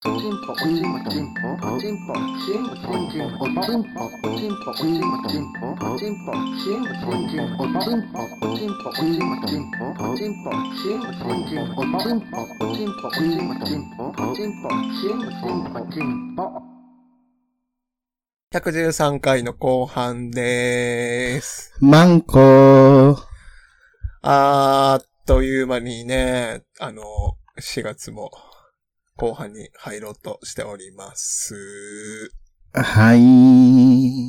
113回の後半でーす。 マンコー。 という間にね、4月も後半に入ろうとしております。 はい。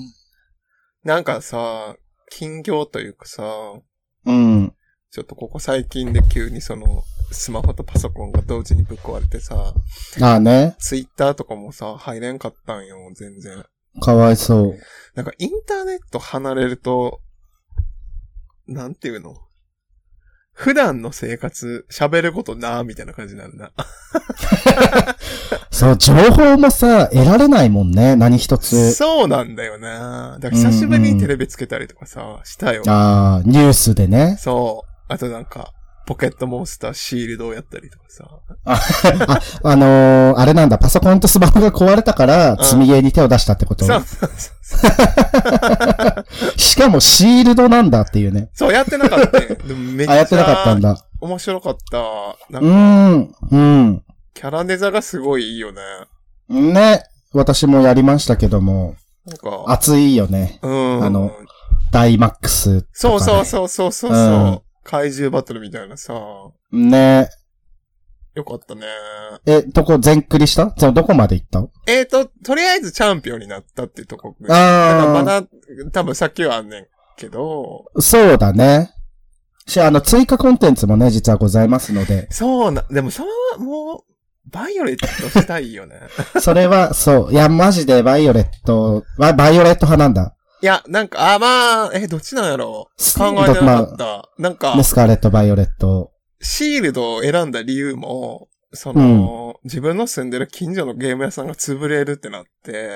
なんかさ、近況というかさ、 うん。 ちょっとここ最近で急にスマホとパソコンが同時にぶっ壊れてさ、 ね。 ツイッターとかもさ、入れんかったんよ、全然。 かわいそう。 なんかインターネット離れると、なんていうの？普段の生活、喋ることなーみたいな感じになるな。 そう、情報もさ、得られないもんね、何一つ。 そうなんだよな。だから久しぶりにテレビつけたりとかさ、したよ。 ニュースでね。 そう。あとなんか、ポケットモンスターシールドをやったりとかさ。 あれなんだ、パソコンとスマホが壊れたから、積みゲーに手を出したってこと？ そう。 しかもシールドなんだっていうね。 そう、やってなかったね。でもめっちゃ。 やってなかったんだ。 面白かった。なんかうん。 キャラデザがすごいいいよね。 ね。私もやりましたけども。なんか。熱いよね。ダイマックス、ね。そう。 怪獣バトルみたいなさ。 ね。 よかったね。 全クリした？どこまで行った？ とりあえずチャンピオンになったっていうとこ。だからまだ、多分さっきはあんねんけど。 そうだね。追加コンテンツもね、実はございますので。 でももう、バイオレットしたいよね。 それは、そう。いや、マジでバイオレット派なんだ。 いや、なんか、どっちなんやろう。考えてなかった。なんか、 スカーレット、バイオレット。 シールドを選んだ理由も、自分の住んでる近所のゲーム屋さんが潰れるってなって、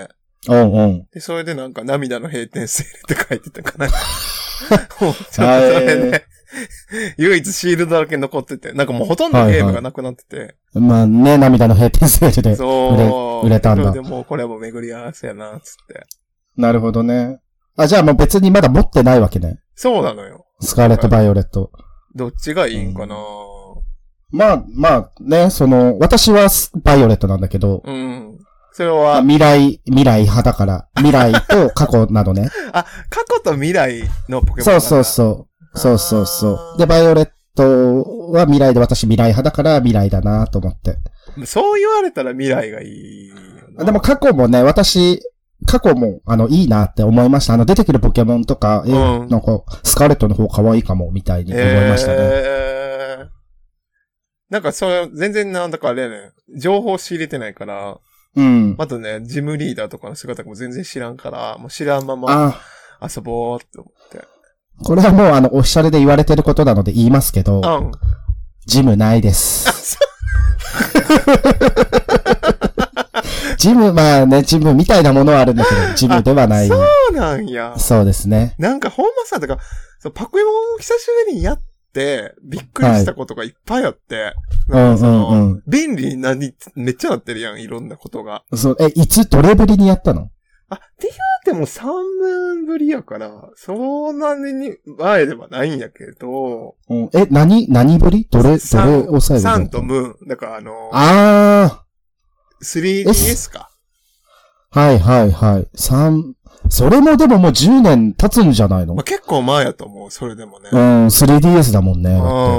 で、それでなんか涙の閉店セールって書いてたから、もうちょっとそれで、唯一シールドだけ残ってて、なんかもうほとんどゲームがなくなってて。 まあね、涙の閉店セールで売れたんだ。 でもこれはもう巡り合わせやな、つって。なるほどね。じゃあもう別にまだ持ってないわけね。 そうなのよ。 スカーレット・バイオレット。 どっちがいいんかな、 まあね、私はバイオレットなんだけど。 それは。 未来派だから。未来と過去などね。 過去と未来のポケモン。 そう。で、バイオレットは未来で私未来派だから未来だなと思って。 そう言われたら未来がいいよな。 でも過去もね、過去も、いいなって思いました。出てくるポケモンとか、なんか、スカーレットの方可愛いかも、みたいに思いましたね。 なんか、全然なんだかあれね、情報仕入れてないから、あとね、ジムリーダーとかの姿も全然知らんから、もう知らんまま遊ぼうって思って。 これはもうオフィシャルで言われてることなので言いますけど、ジムないです。ジムみたいなものはあるんだけど、ジムではない。 そうなんや。 そうですね。 なんかほんまさ、パケモンを久しぶりにやって、びっくりしたことがいっぱいあって、便利にめっちゃなってるやん、いろんなことが。 そう、どれぶりにやったの？ って言うても3年ぶりやから、そんなに前ではないんやけど。 何ぶり？どれ抑えるの？ サンとムーン。だから3DS か。はい。 それもでももう10年経つんじゃないの？ 結構前やと思う、それでもね。 3DS だもんね。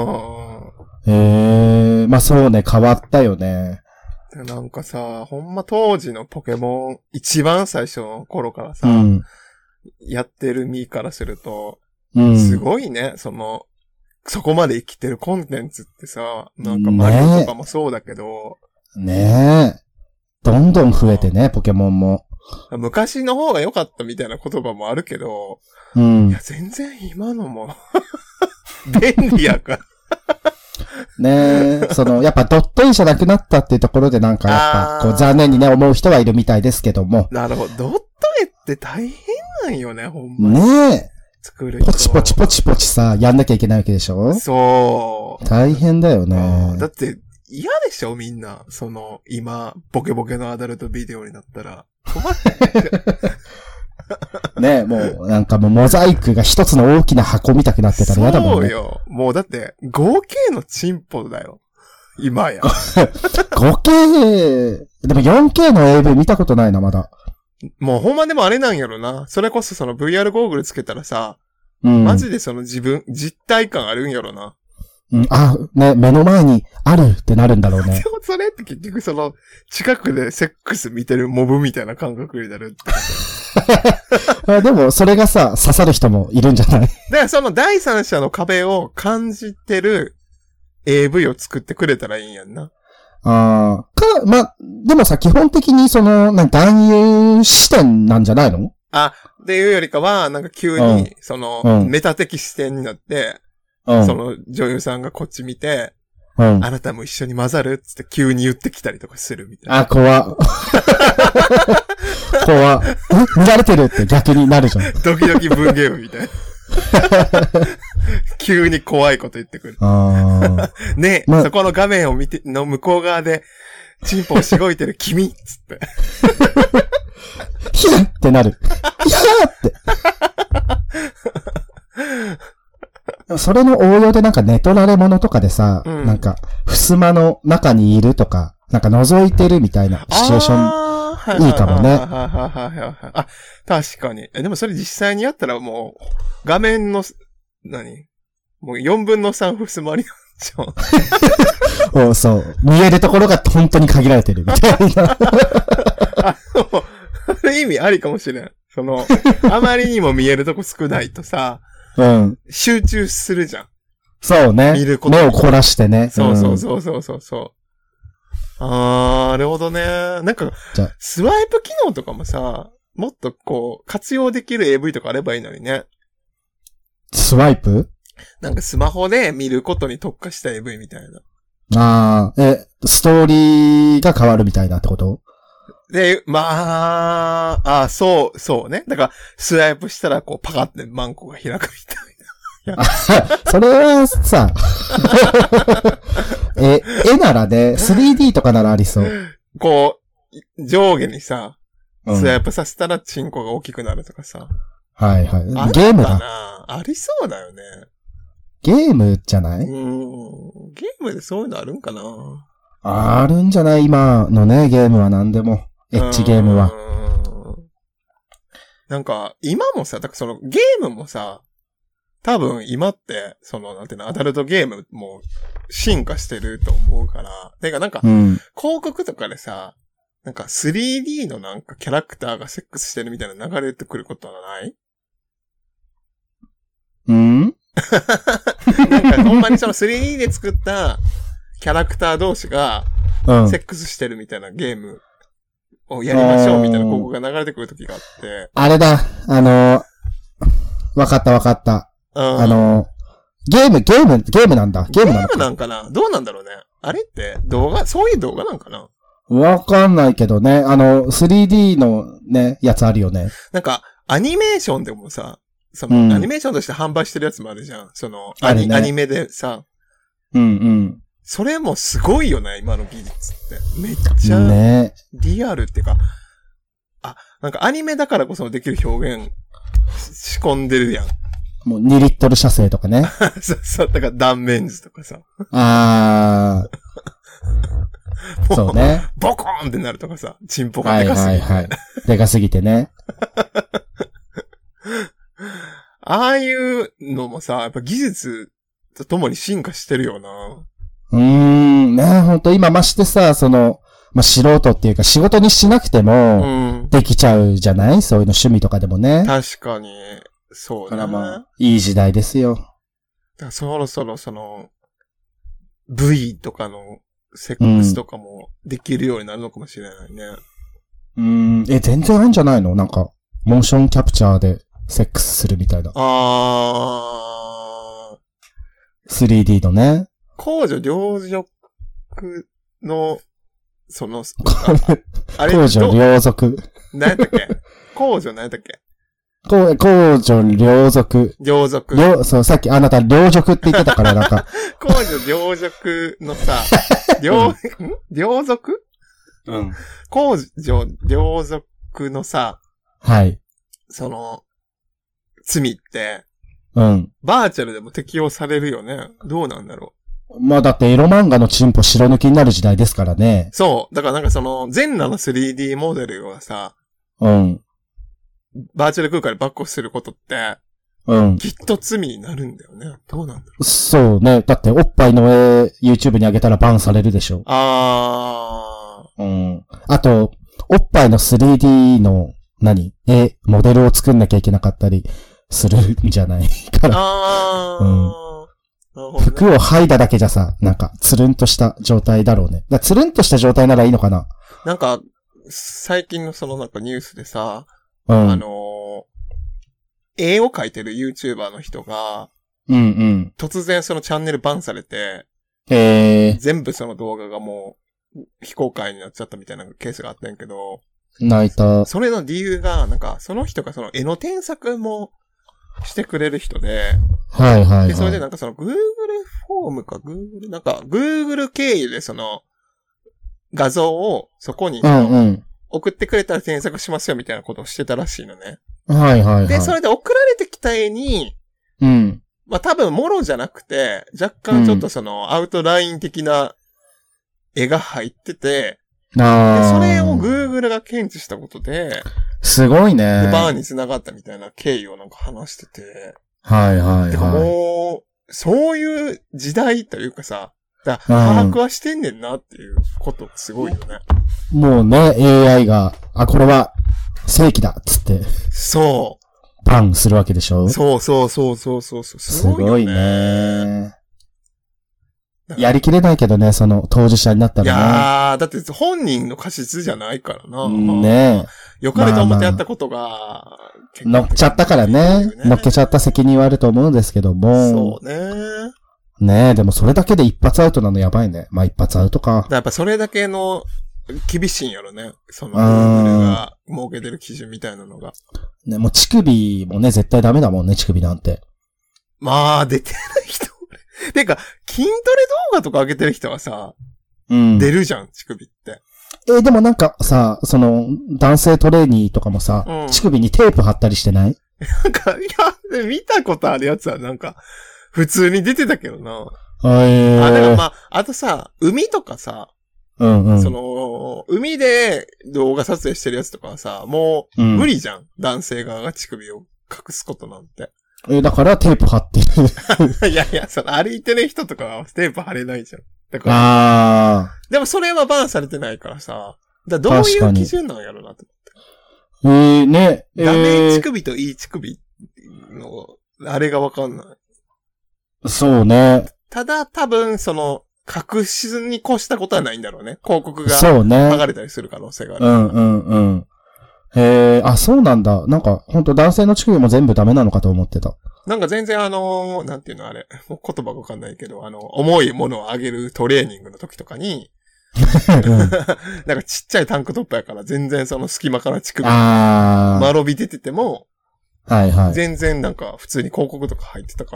まあそうね、変わったよね。 なんかさ、ほんま当時のポケモン、一番最初の頃からさ、やってる身からすると、すごいね、そこまで生きてるコンテンツってさ、なんかマリオとかもそうだけど、 ねえ。どんどん増えてね、ポケモンも。 昔の方が良かったみたいな言葉もあるけど、いや、全然今のも、便利やから。 ねえ、やっぱドット絵じゃなくなったっていうところでなんかやっぱ、残念にね、思う人はいるみたいですけども。 なるほど。ドット絵って大変なんよね、ほんまに。 ねえ。 作るポチポチさ、やんなきゃいけないわけでしょ？ そう。 大変だよね。 だって、 嫌でしょみんな。今、ボケボケのアダルトビデオになったら。困る。 ね、もう、なんかもうモザイクが一つの大きな箱見たくなってたら嫌だもんね。 そうよ。もうだって、合計のチンポだよ。今や。 5K、でも 4K の AV 見たことないな、まだ。 もうほんまでもあれなんやろな。それこそVR ゴーグルつけたらさ、マジで実体感あるんやろな。 ね、目の前にあるってなるんだろうね。 でもそれって結局近くでセックス見てるモブみたいな感覚になるってでも、それがさ、刺さる人もいるんじゃない？ だから第三者の壁を感じてる AV を作ってくれたらいいんやんな。 でもさ、基本的に男優視点なんじゃないの？ っていうよりかは、なんか急に、メタ的視点になって、女優さんがこっち見て、あなたも一緒に混ざるつって急に言ってきたりとかするみたいな。 怖見られてるって逆になるじゃん。 ドキドキ文ゲームみたいな。急に怖いこと言ってくる。ねえ、そこの画面をの向こう側で、チンポをしごいてる君つって。 ヒャーってなる。ヒャーって。それの応用でなんかネトラレモノとかでさ、なんか、襖の中にいるとか、なんか覗いてるみたいなシチュエーション、いいかもね。 確かに。でもそれ実際にやったらもう、画面の、もう4分の3襖ありなんじゃん。そう。見えるところが本当に限られてるみたいな。 意味ありかもしれん。あまりにも見えるとこ少ないとさ、集中するじゃん。 そうね。 見ること。 目を凝らしてね。 そう。なるほどね。なんか、スワイプ機能とかもさ、もっと活用できる AV とかあればいいのにね。 スワイプ？ なんかスマホで見ることに特化した AV みたいな。ストーリーが変わるみたいなってこと？ で、そうね。だから、スワイプしたらパカってマンコが開くみたいな。 それはさ、絵ならね、3D とかならありそう。 上下にさ、スワイプさせたらチンコが大きくなるとかさ。 はい。ゲームだ。 ありそうだよね。 ゲームじゃない？ ゲームでそういうのあるんかな？ あるんじゃない？今のね、ゲームは何でも。エッジゲームは。 なんか、今もさ、だからゲームもさ、多分今って、アダルトゲームも進化してると思うから。てかなんか、広告とかでさ、なんか 3D のなんかキャラクターがセックスしてるみたいな流れてくることはない？なんかほんまに3D で作ったキャラクター同士がセックスしてるみたいなゲームをやりましょうみたいな広告が流れてくる時があって。 あれだ、わかった。ゲームなんだ。 ゲームなんかな？どうなんだろうね。あれってそういう動画なんかな？ わかんないけどね。3D のね、やつあるよね。 なんか、アニメーションでもさ、アニメーションとして販売してるやつもあるじゃん。アニメでさ。それもすごいよね、今の技術って。めっちゃ、リアルっていうか、なんかアニメだからこそできる表現仕込んでるやん。 もう2リットル射精とかね。 そう、だから断面図とかさ。 そうね。 ボコーンってなるとかさ、チンポがでかすぎて。はい。 でかすぎてね。 ああいうのもさ、やっぱ技術とともに進化してるよな。 ね、ほんと今ましてさ、素人っていうか仕事にしなくても、できちゃうじゃない？そういうの趣味とかでもね。 確かに、そうだね。 いい時代ですよ。 だからそろそろV とかのセックスとかもできるようになるのかもしれないね。 全然あるんじゃないの？なんか、モーションキャプチャーでセックスするみたいな。3D のね。 公序良俗の、 あれ公序良俗。 何やったっけ？公序何やったっけ？ 公序良俗。 良俗。 そう、さっきあなた良俗って言ってたからなんか。 公序良俗のさ、良俗？ うん。 公序良俗のさ、 はい。 その、罪って、 うん。 バーチャルでも適用されるよね。どうなんだろう。まあだってエロ漫画のチンポ白抜きになる時代ですからね。 そう。だからなんかその、全裸の 3D モデルをさ、 うん。 バーチャル空間でバックすることって、 うん。 きっと罪になるんだよね。どうなんだろう。 そうね。だっておっぱいの絵 YouTube に上げたらバンされるでしょ。 うん。 あと、おっぱいの 3D のモデルを作んなきゃいけなかったりするんじゃないから。うん。服を剥いだだけじゃさ、なんか、つるんとした状態だろうね。つるんとした状態ならいいのかな？ なんか、最近のそのなんかニュースでさ、 うん、 絵を描いてる YouTuber の人が、 うんうん、 突然そのチャンネルバンされて、全部その動画がもう非公開になっちゃったみたいなケースがあったんやけど、 泣いた。 それの理由が、なんか、その人がその絵の添削もしてくれる人で、 はいはい、はい。 で、それでなんかその Google フォームか Google 経由でその画像をそこに送ってくれたら添削しますよみたいなことをしてたらしいのね。 はいはいはい。 で、それで送られてきた絵に、 うん。 まあ多分モロじゃなくて、若干ちょっとそのアウトライン的な絵が入ってて、で、それを Google が検知したことで、 すごいね。 バーに繋がったみたいな経緯をなんか話してて。 はいはいはい。 てかもう、そういう時代というかさ、把握はしてんねんなっていうことすごいよね。 もうね、AI が、これは正規だっつって。 そう。 バンするわけでしょ？ そう。すごいね。 やりきれないけどね、その当事者になったらね。 いやー、だって本人の過失じゃないからな。 ねえ。 良かれと思ってやったことが、 乗っちゃったからね。乗っけちゃった責任はあると思うんですけども。 そうね。 ねえ、でもそれだけで一発アウトなのやばいね。まあ一発アウトか。 やっぱそれだけの厳しいんやろね。その、Google が設けてる基準みたいなのが。 ね、もう乳首もね、絶対ダメだもんね、乳首なんて。 まあ、出てない人。てか、筋トレ動画とか上げてる人はさ、出るじゃん、乳首って。 でもなんかさ、その、男性トレーニーとかもさ、乳首にテープ貼ったりしてない？ なんか、いや、見たことあるやつはなんか、普通に出てたけどな。だからまあ、あとさ、海とかさ、その、海で動画撮影してるやつとかはさ、もう、無理じゃん。男性側が乳首を隠すことなんて。 だからテープ貼ってる。いや、その歩いてる人とかはテープ貼れないじゃん。だから。でもそれはバンされてないからさ。どういう基準なんやろうなと思って。 ね。 ダメ乳首といい乳首の、あれがわかんない。 そうね。 ただ多分その、隠しに越したことはないんだろうね。広告が剥がれたりする可能性がある。 そうなんだ。なんか、ほんと男性の乳首も全部ダメなのかと思ってた。 なんか全然なんていうのあれ、言葉がわかんないけど、重いものを上げるトレーニングの時とかに、なんかちっちゃいタンクトップやから全然その隙間から乳首が間延び出てても、全然なんか普通に広告とか入ってたから、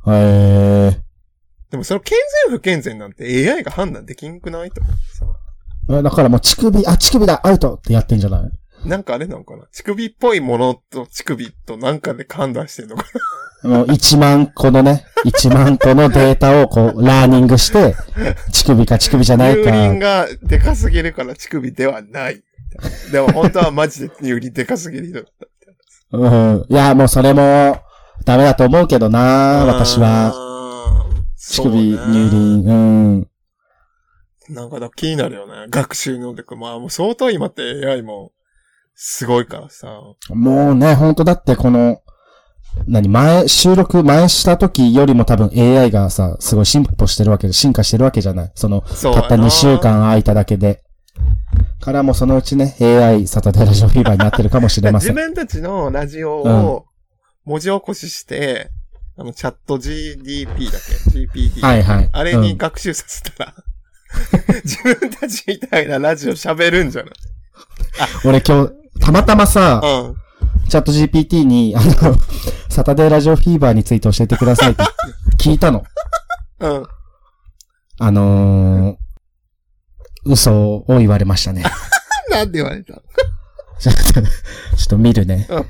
でもその健全不健全なんて AI が判断できんくないと思ってさ。だからもう乳首だ、アウトってやってんじゃない？ なんかあれなのかな？乳首っぽいものと乳首となんかで判断してんのかな？ もう1万個のデータをこう、ラーニングして、乳首か乳首じゃないか。 乳輪がでかすぎるから乳首ではない。でも本当はマジで乳輪でかすぎる人だったみたいな。 いや、もうそれもダメだと思うけどな、私は。乳首、乳輪、 なんか気になるよね。学習能力。まあもう相当今って AI もすごいからさ。 もうね、本当だってこの、収録前した時よりも多分 AI がさ、すごい進化してるわけじゃない。たった2週間空いただけで。からもそのうちね、AI サタデーラジオフィーバーになってるかもしれません。 自分たちのラジオを文字起こしして、チャット GDP だっけ ?GPT。あれに学習させたら、自分たちみたいなラジオ喋るんじゃない？ 俺今日、たまたまさ、 チャット GPT に、サタデーラジオフィーバーについて教えてくださいって聞いたの。 うん。 嘘を言われましたね。 なんで言われたちょっと見るね。 うん。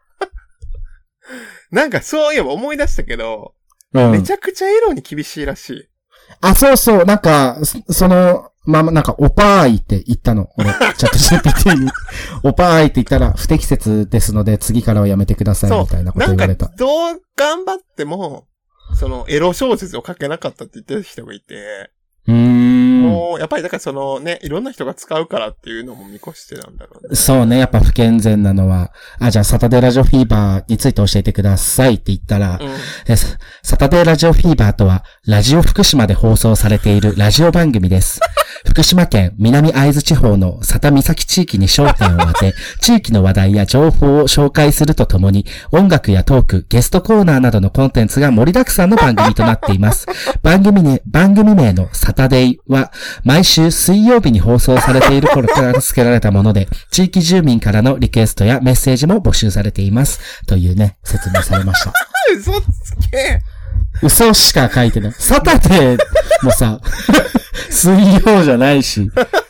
なんかそういえば思い出したけど、めちゃくちゃエロに厳しいらしい。 あ、そうそう、なんか、なんか、おぱーいって言ったの。俺、チャット GPT に。おぱーいって言ったら、不適切ですので、次からはやめてください、みたいなこと言われた。 なんか、どう頑張っても、エロ小説を書けなかったって言ってる人がいて、もう、やっぱりだからいろんな人が使うからっていうのも見越してなんだろうね。 そうね、やっぱ不健全なのは、じゃあサタデーラジオフィーバーについて教えてくださいって言ったら、サタデーラジオフィーバーとは、ラジオ福島で放送されているラジオ番組です。福島県南会津地方の佐多岬地域に焦点を当て、地域の話題や情報を紹介するとともに、音楽やトーク、ゲストコーナーなどのコンテンツが盛りだくさんの番組となっています。番組名のサタデイは、毎週水曜日に放送されている頃から付けられたもので、地域住民からのリクエストやメッセージも募集されています。というね、説明されました。 嘘つけ。 嘘しか書いてない。サタデーもさ、水曜じゃないし。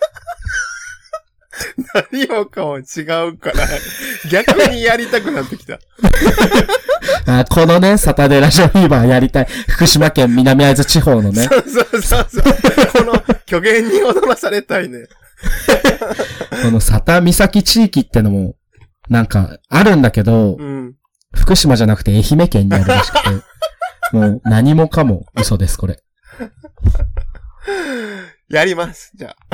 何もかも違うから、逆にやりたくなってきた。 このね、サタデーラジオフィーバーやりたい。福島県南会津地方のね。 そう。この虚言に踊らされたいね。 この佐多岬地域ってのも、なんか、あるんだけど、福島じゃなくて愛媛県にあるらしくて、もう何もかも嘘です、これ。 やります、じゃあ。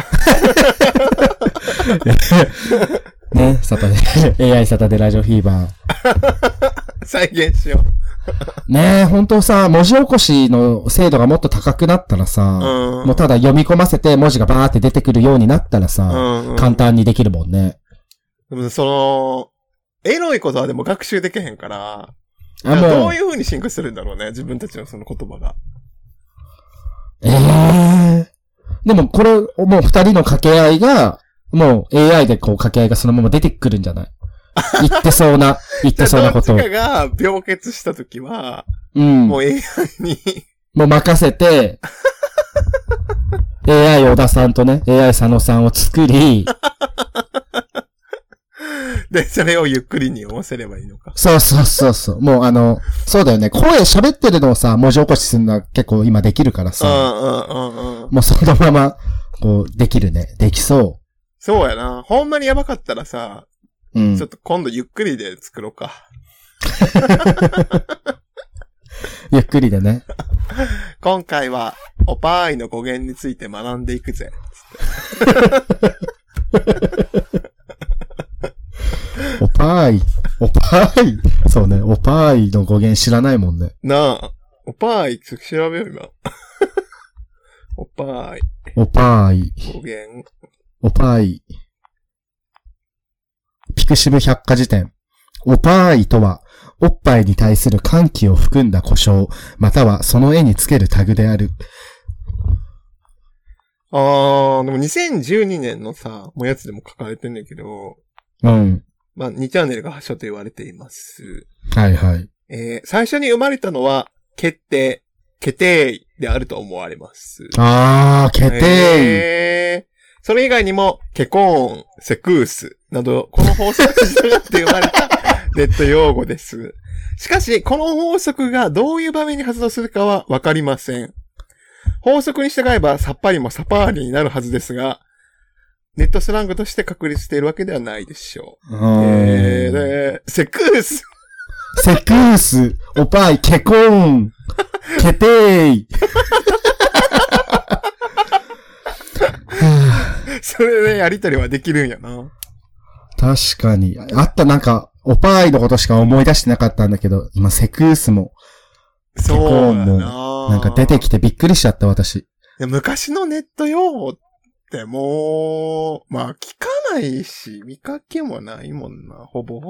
ね、AI サタデーラジオフィーバー。 再現しよう。ねえ、ほんとさ、文字起こしの精度がもっと高くなったらさ、もうただ読み込ませて文字がバーって出てくるようになったらさ、簡単にできるもんね。 でもエロいことはでも学習できへんから、どういう風に進化するんだろうね、自分たちのその言葉が。 でもこれ、もう二人の掛け合いが、もう AI でこう掛け合いがそのまま出てくるんじゃない言ってそうなことを。 どっちかが病欠したときは、もう AI に。 もう任せて、AI 小田さんとね、AI 佐野さんを作り、 で、それをゆっくりに読ませればいいのか。 そう。もうそうだよね。声喋ってるのをさ、文字起こしするのは結構今できるからさ。もうそのまま、こう、できるね。できそう。 そうやな。ほんまにやばかったらさ、ちょっと今度ゆっくりで作ろうか。 ゆっくりでね。 今回は、おぱーいの語源について学んでいくぜ。 おぱーい。そうね、おぱーいの語源知らないもんね。 なあ、おぱーい、調べよう今。おぱーい。 おぱーい。 語源。 おぱーい。ピクシブ百科事典。おぱーいとは、おっぱいに対する歓喜を含んだ呼称、またはその絵につけるタグである。 でも2012年のさ、もうやつでも書かれてんねんけど、まあ、2チャンネルが発祥と言われています。 はいはい。 最初に生まれたのは、決定であると思われます。 決定それ以外にも、ケコーン、セクースなど、この法則に従って生まれたネット用語です。しかし、この法則がどういう場面に発動するかはわかりません。法則に従えばさっぱりもサパーリになるはずですが、ネットスラングとして確立しているわけではないでしょう。セクース。 おぱい、ケコーン、ケテー。 それでやりとりはできるんやな。 確かに。あったなんか、おぱいのことしか思い出してなかったんだけど、今セクースも、 ケコーンも、 なんか出てきてびっくりしちゃった私。 昔のネット用語ってもう、まあ聞かないし、見かけもないもんな、ほぼ。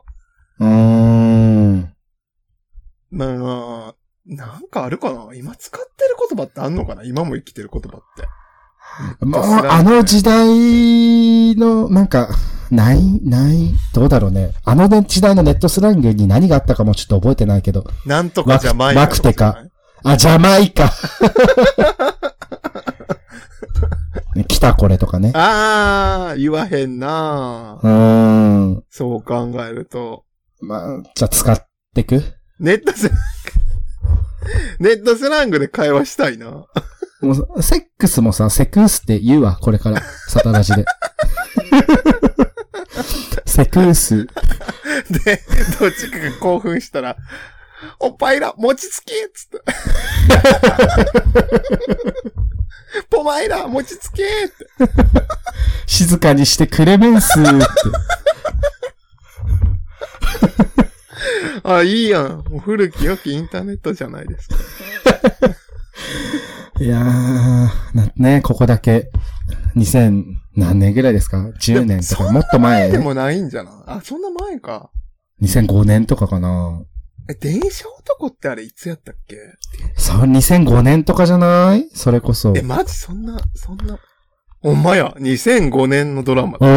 まあ、なんかあるかな？今使ってる言葉ってあんのかな？今も生きてる言葉って。 あの時代の、なんか、 どうだろうね。あの時代のネットスラングに何があったかもちょっと覚えてないけど。 なんとかジャマイカ。 ワクテか。あ、ジャマイカ。来たこれとかね。 言わへんな。そう考えると。 まあ、じゃあ使ってく？ ネットスラングで会話したいな。 もう、セックスもさ、セクースって言うわ、これから。サタラジで。セクース。 で、どっちかが興奮したら、おっぱいら、餅つきつって。ポマイラ、餅つきって。 静かにしてクレメンスって。 いいやん。もう古き良きインターネットじゃないですか。 いやー、ね、ここだけ、2000何年ぐらいですか ?10 年とか、もっと前。 でもないんじゃない？そんな前か。 2005年とかかな。 電車男ってあれいつやったっけ？ そう、2005年とかじゃない？それこそ。 マジそんな。ほんまや、2005年のドラマだ。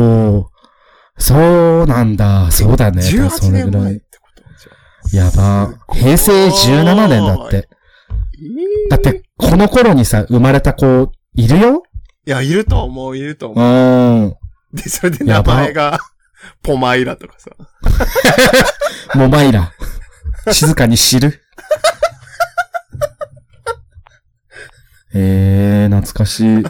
そうなんだ。そうだね。 18年前ってことじゃ。やば。平成17年だって。だって、この頃にさ、生まれた子、いるよ？ いや、いると思う。で、それで名前が、ポマイラとかさ。 モマイラ。静かに知る。懐かしい。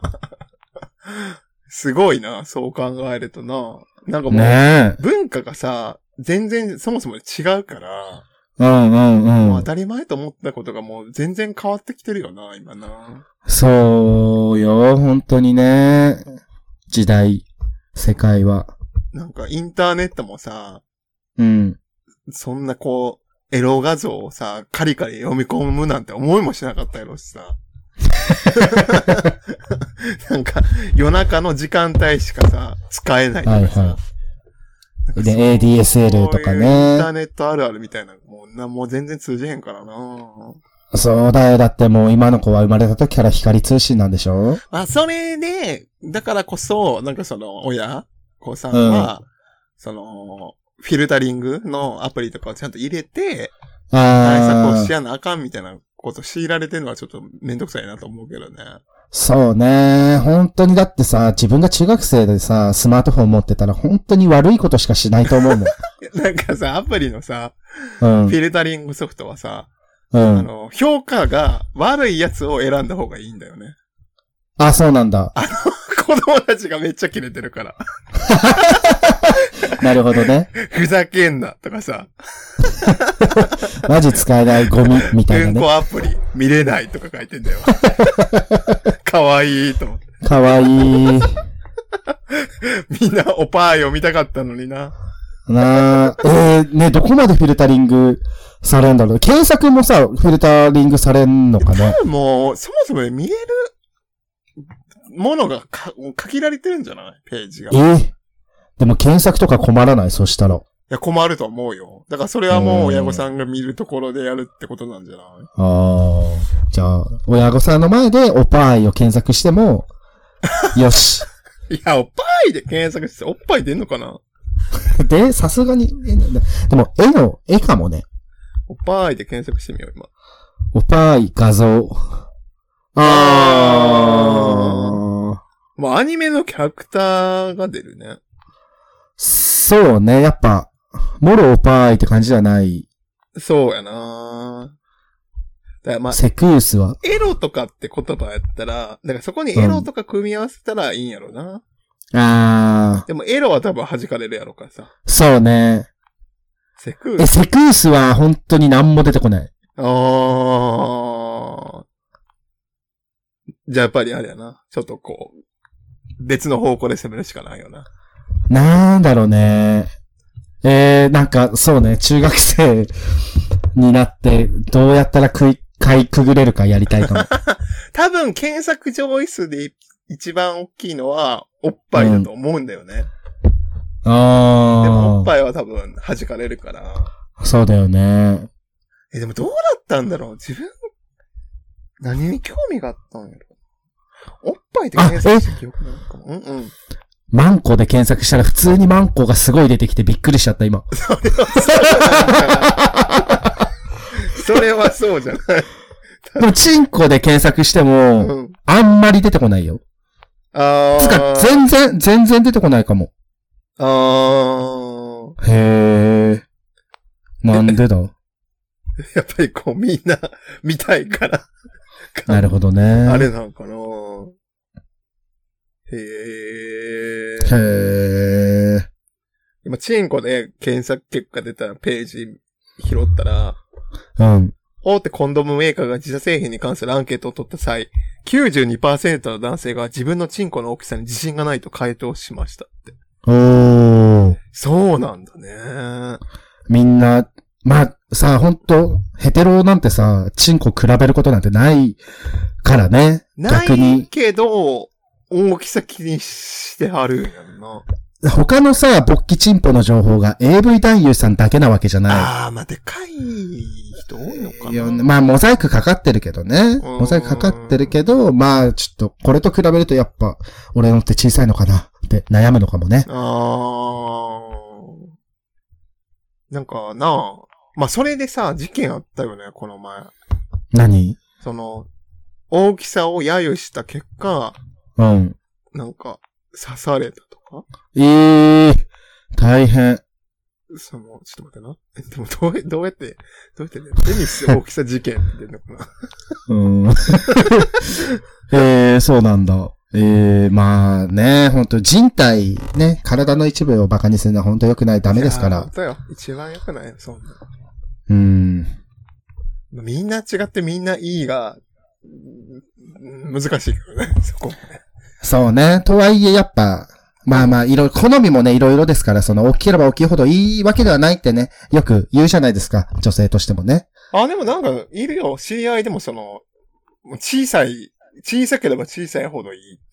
すごいな、そう考えるとな。なんかもう、文化がさ、全然そもそも違うから、もう当たり前と思ったことがもう全然変わってきてるよな、今な。 そうよ、本当にね。時代、世界は。 なんかインターネットもさ、そんなこう、エロ画像をさ、カリカリ読み込むなんて思いもしなかったやろしさ。なんか、夜中の時間帯しかさ、使えないとかさ。 で、ADSL とかね。 インターネットあるあるみたいな、もう全然通じへんからな。 そうだよ。だってもう今の子は生まれた時から光通信なんでしょ？ それで、だからこそ、なんか子さんは、フィルタリングのアプリとかをちゃんと入れて、対策をしやなあかんみたいなこと強いられてるのはちょっとめんどくさいなと思うけどね。 そうね。本当にだってさ、自分が中学生でさ、スマートフォン持ってたら本当に悪いことしかしないと思うもん。 なんかさ、アプリのさ、フィルタリングソフトはさ、評価が悪いやつを選んだ方がいいんだよね。 そうなんだ。 子供たちがめっちゃキレてるから。 なるほどね。 ふざけんなとかさ。 マジ使えないゴミみたいなね。 文庫アプリ見れないとか書いてんだよ。かわいいと思って。 かわいい。みんなおパーイを見たかったのにな。 ね、どこまでフィルタリングされんだろう。検索もさ、フィルタリングされんのかね。 多分もう、そもそも見れるものが限られてるんじゃない？ページが。 でも検索とか困らない？そしたら。 いや、困ると思うよ。だからそれはもう親御さんが見るところでやるってことなんじゃない？ じゃあ、親御さんの前でおっぱいを検索しても、よし。 いや、おっぱいで検索して、おっぱい出んのかな？ で、さすがに、でも、絵かもね。 おっぱいで検索してみよう、今。 おっぱい画像。 もうアニメのキャラクターが出るね。 そうね、やっぱ、もろおっぱいって感じじゃない。 そうやな。だからセクースはエロとかって言葉やったら、だからそこにエロとか組み合わせたらいいんやろな。でもエロは多分弾かれるやろからさ。 そうね。 セクースは本当に何も出てこない。 じゃあやっぱりあれやな。ちょっとこう、別の方向で攻めるしかないよな。 なんだろうね。なんかそうね、中学生になってどうやったらかいくぐれるかやりたいかも。 多分検索上位数で一番大きいのはおっぱいだと思うんだよね。でもおっぱいは多分弾かれるから。 そうだよね。 でもどうだったんだろう？自分、何に興味があったんやろ？おっぱいって検索した記憶なのかも。 マンコで検索したら普通にマンコがすごい出てきてびっくりしちゃった、今。 それはそうじゃない。 でも、チンコで検索しても、あんまり出てこないよ。つか、全然出てこないかも。へー。なんでだやっぱりこうみんな見たいから。 なるほどね。 あれなんかな。へー。今、チンコで検索結果出たページ拾ったら、大手コンドームメーカーが自社製品に関するアンケートを取った際、92% の男性が自分のチンコの大きさに自信がないと回答しましたって。そうなんだね。 みんな、まあ、さ、ほんと、ヘテロなんてさ、チンコ比べることなんてないからね。逆に。 ないけど、大きさ気にしてはるんやんな。 他のさ、勃起チンポの情報が AV 男優さんだけなわけじゃない。 ああ、まあ、でかい人多いのかな。 まあ、モザイクかかってるけどね。モザイクかかってるけど、まあ、ちょっと、これと比べるとやっぱ、俺のって小さいのかなって悩むのかもね。 なんかなまあ、それでさ、事件あったよね、この前。 何？ その、大きさを揶揄した結果、なんか、刺されたとか？ 大変。 ちょっと待ってな。でもどうやって、テニス大きさ事件って出るのかな。そうなんだ。まあね、ほんと人体ね、体の一部をバカにするのはほんと良くない、ダメですから。 ほんとよ。一番良くないよ、そんな。みんな違ってみんないいが、難しいけどね、そこもね。 そうね。とはいえやっぱ、まあまあ、好みもね、いろいろですから、大きければ大きいほどいいわけではないってね、よく言うじゃないですか、女性としてもね。 でもなんか、いるよ。知り合いでも小さければ小さいほどいいって。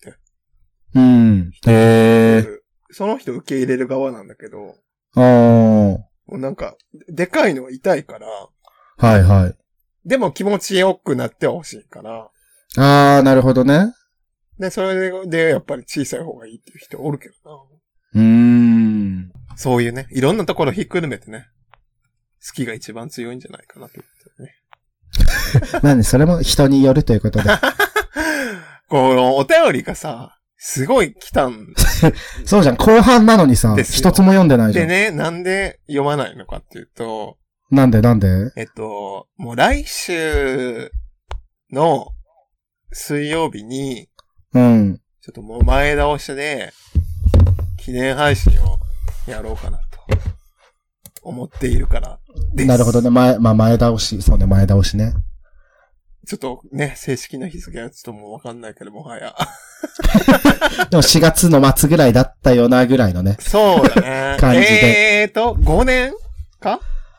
その人受け入れる側なんだけど。なんか、でかいのは痛いから。 はいはい。 でも気持ちよくなってほしいから。 なるほどね。 で、それでやっぱり小さい方がいいっていう人おるけどな。そういうね、いろんなところひっくるめてね、好きが一番強いんじゃないかなと思ってね。 まあね、それも人によるということで。 このお便りがさ、すごい来たん。 そうじゃん、後半なのにさ、一つも読んでないじゃん。 でね、なんで読まないのかっていうと、 なんでもう来週の水曜日に、ちょっともう前倒しで、記念配信をやろうかなと、思っているからです。 なるほどね。前倒し。そうね、前倒しね。 ちょっとね、正式な日付はちょっともうわかんないけど、もはや。 でも4月の末ぐらいだったよな、ぐらいのね。 そうだね。 感じで。 5年か？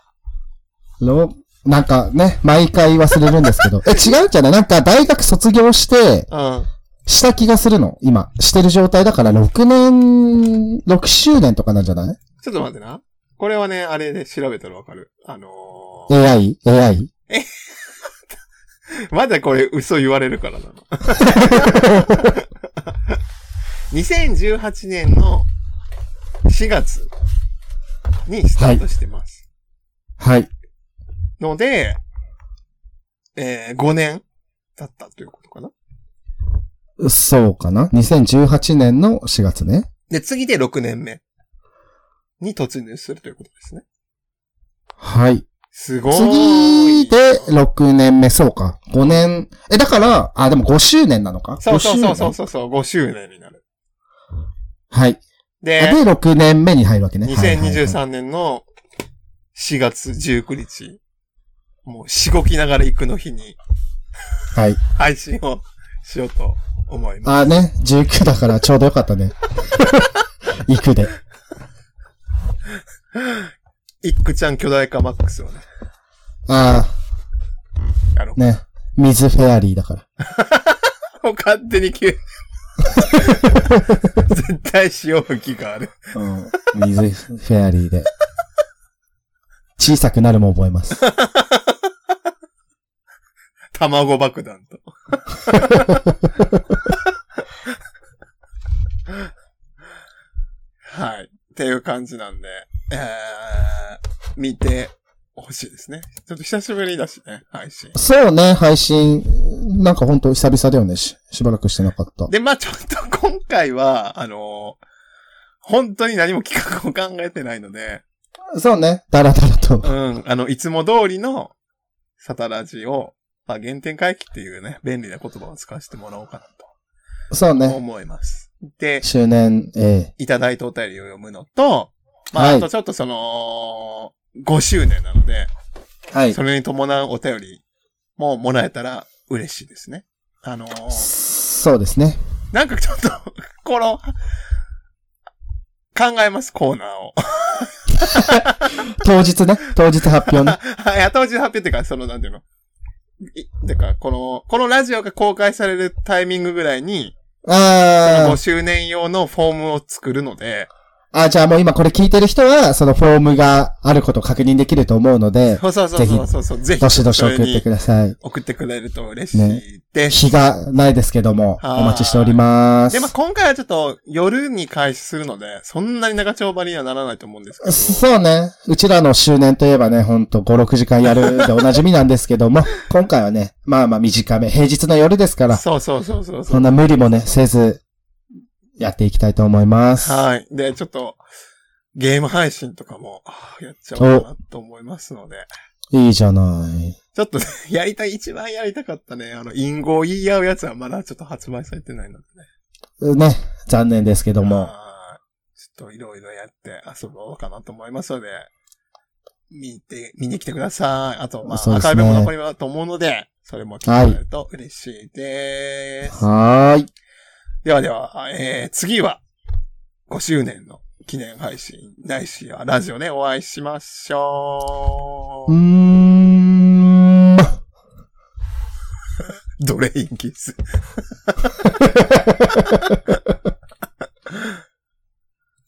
なんかね、毎回忘れるんですけど。違うんじゃない？なんか大学卒業して、した気がするの。今、してる状態だから6周年とかなんじゃない？ ちょっと待ってな。これはね、あれで調べたらわかる。 AI？ まだこれ嘘言われるからな。2018年の4月にスタートしてます。 はい。 ので、5年経ったということかな。 そうかな。2018年の4月ね。 で、次で6年目に突入するということですね。 はい。 すごい。 次で6年目、そうか。5年。だから、でも5周年なのか？ そう、5周年になる。 はい。で、6年目に入るわけね。 2023年の4月19日。もう、しごきながら行くの日に。 はい。 配信をしようと思います。 ね。19だからちょうどよかったね。行くで。 イックちゃん巨大化マックスをね。やろう。 ね。水フェアリーだから。 もう勝手に絶対潮吹きがある。 水フェアリーで。小さくなるも覚えます。 卵爆弾と。 はい。っていう感じなんで、見てほしいですね。ちょっと久しぶりだしね、配信。 そうね、配信。なんかほんと久々だよね。しばらくしてなかった。 で、まあちょっと今回は、本当に何も企画を考えてないので。 そうね。だらだらと。 うん。いつも通りのサタラジを、まあ原点回帰っていうね、便利な言葉を使わせてもらおうかなと。 そうね。 思います。で、 周年、 いただいたお便りを読むのと、まあ、はい、あとちょっと5周年なので、はい。それに伴うお便りももらえたら嬉しいですね。 そうですね。 なんかちょっと、考えます、コーナーを。 当日発表ね。 いや、当日発表っていうか、なんていうの。てか、このラジオが公開されるタイミングぐらいに、5周年用のフォームを作るので。 じゃあもう今これ聞いてる人は、そのフォームがあることを確認できると思うので。 そう。ぜひ。 どしどし送ってください。 送ってくれると嬉しいです。 日がないですけども、お待ちしております。 で、まあ今回はちょっと夜に開始するので、そんなに長丁場にはならないと思うんですけど。 そうね。うちらの周年といえばね、ほんと5、6時間やるでおなじみなんですけども、今回はね、まあ短め、平日の夜ですから。 そう。 そんな無理もね、せず、やっていきたいと思います。 はい。で、ちょっと、ゲーム配信とかも、やっちゃおうかなと思いますので。 いいじゃない。 ちょっとね、一番やりたかったね、隠語を言い合うやつはまだちょっと発売されてないのでね。ね、残念ですけども。 ちょっといろいろやって遊ぼうかなと思いますので、見に来てください。あと、まあ、アーカイブも残りますと思うので、それも聞いてもらえると嬉しいです。 はい。 では、次は、5周年の記念配信、ないしはラジオでお会いしましょう。ドレインキス。